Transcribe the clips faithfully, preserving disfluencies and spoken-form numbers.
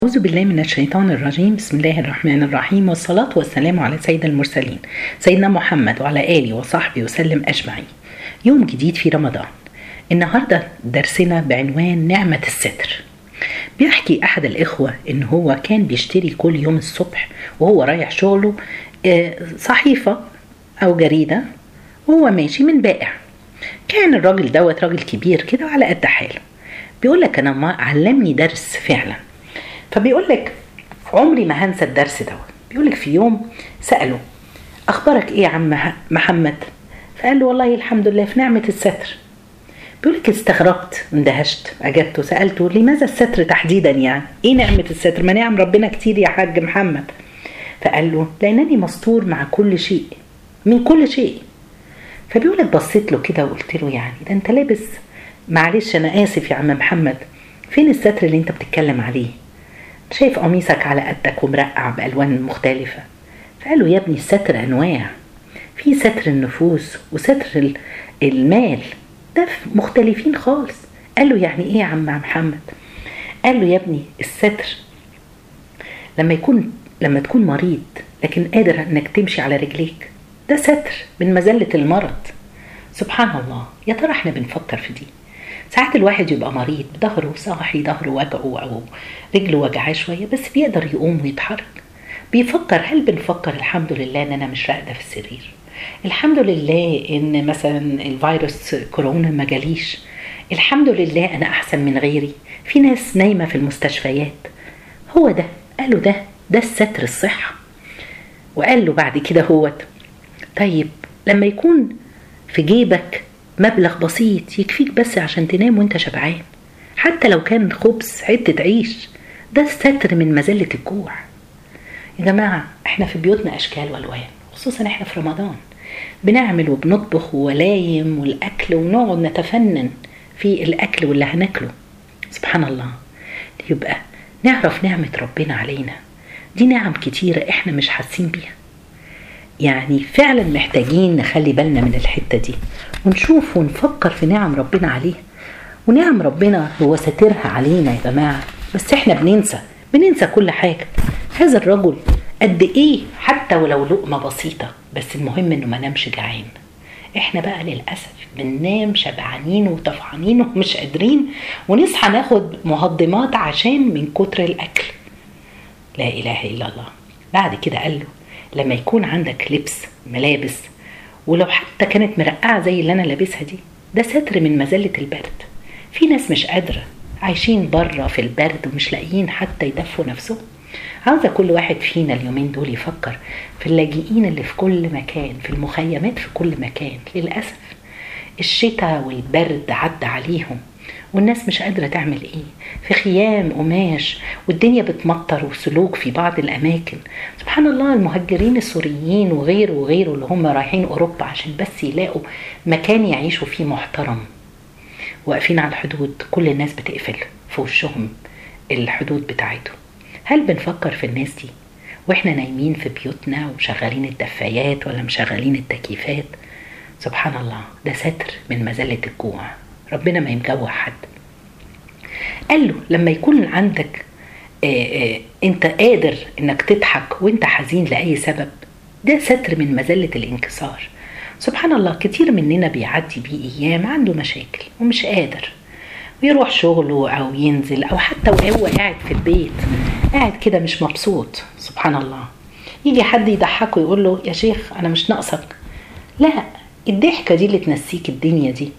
أعوذ بالله من الشيطان الرجيم. بسم الله الرحمن الرحيم، والصلاة والسلام على سيد المرسلين سيدنا محمد وعلى آله وصحبه وسلم أجمعين. يوم جديد في رمضان. النهاردة درسنا بعنوان نعمة الستر. بيحكي أحد الإخوة إن هو كان بيشتري كل يوم الصبح وهو رايح شغله صحيفة أو جريدة وهو ماشي من بائع. كان الراجل دوت راجل كبير كده وعلى قد حاله. بيقول لك أنا ما علمني درس فعلا. فبيقول لك عمري ما هنسى الدرس دوت. بيقول لك في يوم سأله أخبارك إيه يا عم محمد؟ فقال له والله الحمد لله في نعمة الستر. بيقول لك استغربت اندهشت أجبته سألته لماذا الستر تحديدا؟ يعني إيه نعمة الستر؟ ما نعم ربنا كتير يا حاج محمد. فقال له لأنني مستور مع كل شيء من كل شيء. فبيقول لك بصيت له كده وقلت له يعني ده أنت لابس، معلش أنا آسف يا عم محمد، فين الستر اللي أنت بتتكلم عليه؟ شايف قميصك على قدك ومرقع بألوان مختلفة. فقالوا يا ابني الستر أنواع، في ستر النفوس وستر المال، ده مختلفين خالص. قال له يعني ايه يا عم محمد؟ قال له يا ابني الستر لما يكون لما تكون مريض لكن قادر انك تمشي على رجليك، ده ستر من مذلة المرض. سبحان الله، يا ترى احنا بنفكر في دي؟ ساعات الواحد يبقى مريض ظهره صاحي، ظهره وجعه او رجله وجعاه شويه بس بيقدر يقوم ويتحرك. بيفكر، هل بنفكر الحمد لله ان انا مش راقده في السرير؟ الحمد لله ان مثلا الفيروس كورونا ما جاليش، الحمد لله انا احسن من غيري، في ناس نايمه في المستشفيات. هو ده قالوا ده ده الستر الصحه. وقال له بعد كده هوت طيب لما يكون في جيبك مبلغ بسيط يكفيك بس عشان تنام وانت شبعان، حتى لو كان خبز حتة عيش، ده ستر من مذلة الجوع. يا جماعة احنا في بيوتنا اشكال والوان، خصوصا احنا في رمضان بنعمل وبنطبخ ولايم والاكل ونقعد نتفنن في الاكل واللي هناكله. سبحان الله، يبقى نعرف نعمة ربنا علينا، دي نعم كتيرة احنا مش حاسين بيها. يعني فعلا محتاجين نخلي بالنا من الحتة دي ونشوف ونفكر في نعم ربنا عليها. ونعم ربنا هو ساترها علينا يا جماعة، بس احنا بننسى بننسى كل حاجة. هذا الرجل قد ايه حتى ولو لقمة بسيطة، بس المهم انه ما نامش جعان. احنا بقى للأسف بننام شبعانين وطفحانين ومش قادرين، ونصحى ناخد مهضمات عشان من كتر الأكل. لا إله إلا الله. بعد كده قال له لما يكون عندك لبس ملابس ولو حتى كانت مرقعة زي اللي أنا لابسها دي، ده ستر من مذلة البرد. في ناس مش قادرة عايشين برا في البرد ومش لاقيين حتى يدفوا نفسهم. عاوزة كل واحد فينا اليومين دول يفكر في اللاجئين اللي في كل مكان، في المخيمات في كل مكان. للأسف الشتاء والبرد عدى عليهم والناس مش قادرة تعمل ايه، في خيام قماش والدنيا بتمطر وسلوك في بعض الاماكن. سبحان الله، المهاجرين السوريين وغيره وغيره اللي هم رايحين اوروبا عشان بس يلاقوا مكان يعيشوا فيه محترم، واقفين على الحدود، كل الناس بتقفل في وشهم الحدود بتاعتهم. هل بنفكر في الناس دي واحنا نايمين في بيوتنا ومشغلين الدفايات ولا مشغلين التكييفات؟ سبحان الله، ده ستر من مذلة الجوع. ربنا ما يمجوع حد. قال له لما يكون عندك آآ آآ انت قادر انك تضحك وانت حزين لأي سبب، ده ستر من مذلة الانكسار. سبحان الله، كتير مننا بيعدي بيه ايام عنده مشاكل ومش قادر ويروح شغله او ينزل، او حتى وهو قاعد في البيت قاعد كده مش مبسوط. سبحان الله، يجي حد يضحكه يقول له يا شيخ انا مش ناقصك. لا، الضحكة دي اللي تنسيك الدنيا دي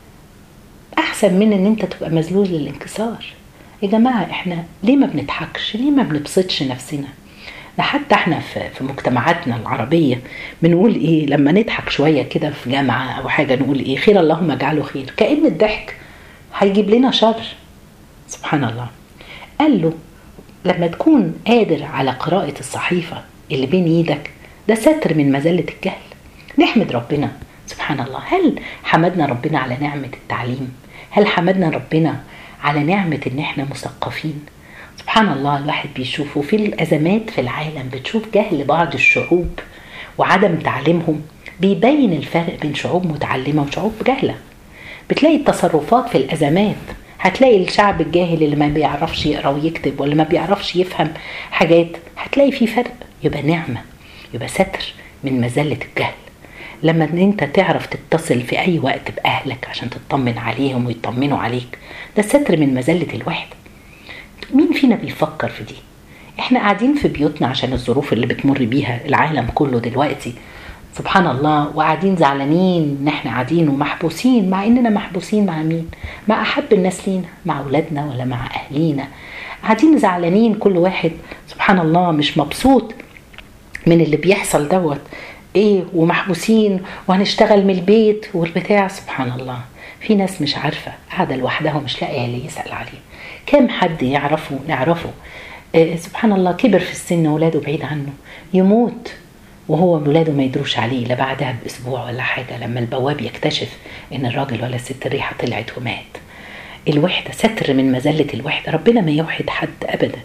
احسن من ان انت تبقى مذلول للانكسار. يا جماعة احنا ليه ما بنضحكش؟ ليه ما بنبسطش نفسنا؟ ده حتى احنا في, في مجتمعاتنا العربية بنقول ايه لما نضحك شوية كده في جامعة او حاجة؟ نقول ايه؟ خير اللهم اجعله خير، كأن الضحك هيجيب لنا شر. سبحان الله. قال له لما تكون قادر على قراءة الصحيفة اللي بين ايدك، ده ستر من مذلة الجهل. نحمد ربنا. سبحان الله، هل حمدنا ربنا على نعمة التعليم؟ هل حمدنا ربنا على نعمة ان احنا مثقفين؟ سبحان الله، الواحد بيشوفه في الازمات في العالم، بتشوف جهل بعض الشعوب وعدم تعليمهم، بيبين الفرق بين شعوب متعلمة وشعوب جهلة. بتلاقي التصرفات في الازمات هتلاقي الشعب الجاهل اللي ما بيعرفش يقرأ ويكتب ولا ما بيعرفش يفهم حاجات، هتلاقي في فرق. يبقى نعمة، يبقى ستر من مذلة الجهل. لما انت تعرف تتصل في اي وقت باهلك عشان تطمن عليهم ويطمنوا عليك، ده ستر من مذلة الوحدة. مين فينا بيفكر في دي؟ احنا قاعدين في بيوتنا عشان الظروف اللي بتمر بيها العالم كله دلوقتي، سبحان الله، وقاعدين زعلانين ان احنا قاعدين ومحبوسين، مع اننا محبوسين مع مين؟ مع احب الناس لينا، مع اولادنا ولا مع اهلينا. قاعدين زعلانين كل واحد سبحان الله مش مبسوط من اللي بيحصل دوت ايه، ومحبوسين وهنشتغل من البيت والبتاع. سبحان الله، في ناس مش عارفة، قاعدة لوحدها ومش لاقيه اللي يسأل عليه. كم حد يعرفه نعرفه إيه سبحان الله كبر في السن ولاده بعيد عنه، يموت وهو ولاده ما يدروش عليه، لا بعدها باسبوع ولا حاجة لما البواب يكتشف ان الراجل ولا الست الريحة طلعت ومات. الوحدة ستر من مذلة الوحدة. ربنا ما يوحد حد ابدا.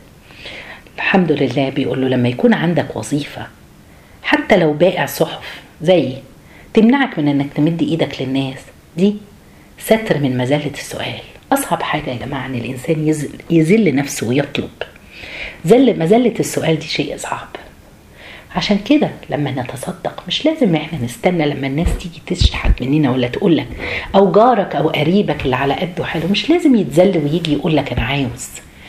الحمد لله بيقول له لما يكون عندك وظيفة حتى لو بائع صحف زي تمنعك من انك تمد ايدك للناس، دي ستر من مذلة السؤال. اصعب حاجة يا جماعة ان الانسان يزل, يزل نفسه ويطلب. زل مذلة السؤال دي شيء صعب. عشان كده لما نتصدق مش لازم احنا نستنى لما الناس تيجي تشحت مننا ولا تقولك، او جارك او قريبك اللي على قده حاله مش لازم يتذل ويجي يقولك انا عاوز.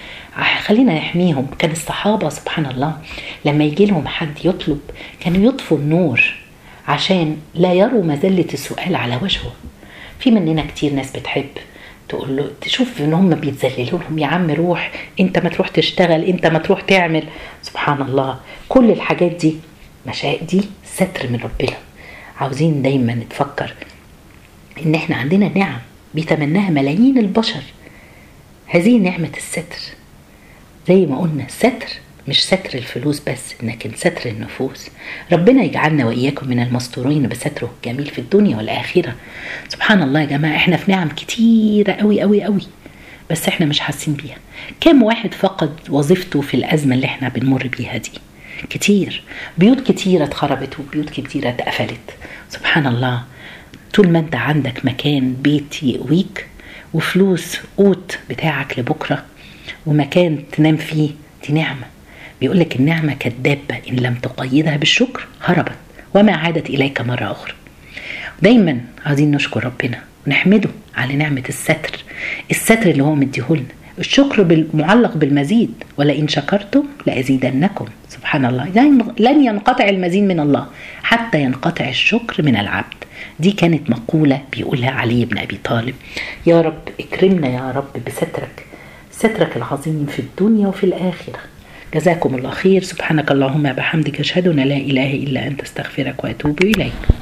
خلينا نحميهم. كان الصحابة سبحان الله لما يجي لهم حد يطلب كانوا يطفوا النور عشان لا يروا مذلة السؤال على وجهه. في مننا كتير ناس بتحب تقول له، تشوف ان هم بيتذللوا لهم، يا عم روح انت، ما تروح تشتغل انت، ما تروح تعمل. سبحان الله، كل الحاجات دي مشاء دي ستر من ربنا. عاوزين دايما نتفكر ان احنا عندنا نعم بيتمناها ملايين البشر. هذه نعمة الستر. زي ما قلنا الستر مش ستر الفلوس بس، لكن ستر النفوس. ربنا يجعلنا وإياكم من المستورين بستره الجميل في الدنيا والآخرة. سبحان الله يا جماعة، احنا في نعم كتيرة قوي قوي قوي بس احنا مش حاسين بيها. كم واحد فقد وظيفته في الأزمة اللي احنا بنمر بيها دي؟ كتير. بيوت كتيرة اتخربت وبيوت كتيرة اتقفلت. سبحان الله، طول ما انت عندك مكان بيت يقويك وفلوس قوت بتاعك لبكرة ومكان تنام فيه، دي نعمة. بيقولك النعمة كالدابة إن لم تقيدها بالشكر هربت وما عادت إليك مرة أخرى. دايما عايزين نشكر ربنا ونحمده على نعمة الستر. الستر اللي هو مديهولنا، الشكر معلق بالمزيد، ولئن شكرتم لأزيدنكم. سبحان الله، لن ينقطع المزيد من الله حتى ينقطع الشكر من العبد. دي كانت مقولة بيقولها علي بن أبي طالب. يا رب اكرمنا يا رب بسترك، سترك العظيم في الدنيا وفي الآخرة. جزاكم الله خير. سبحانك اللهم بحمدك أشهد أن لا إله إلا أنت استغفرك وأتوب إليك.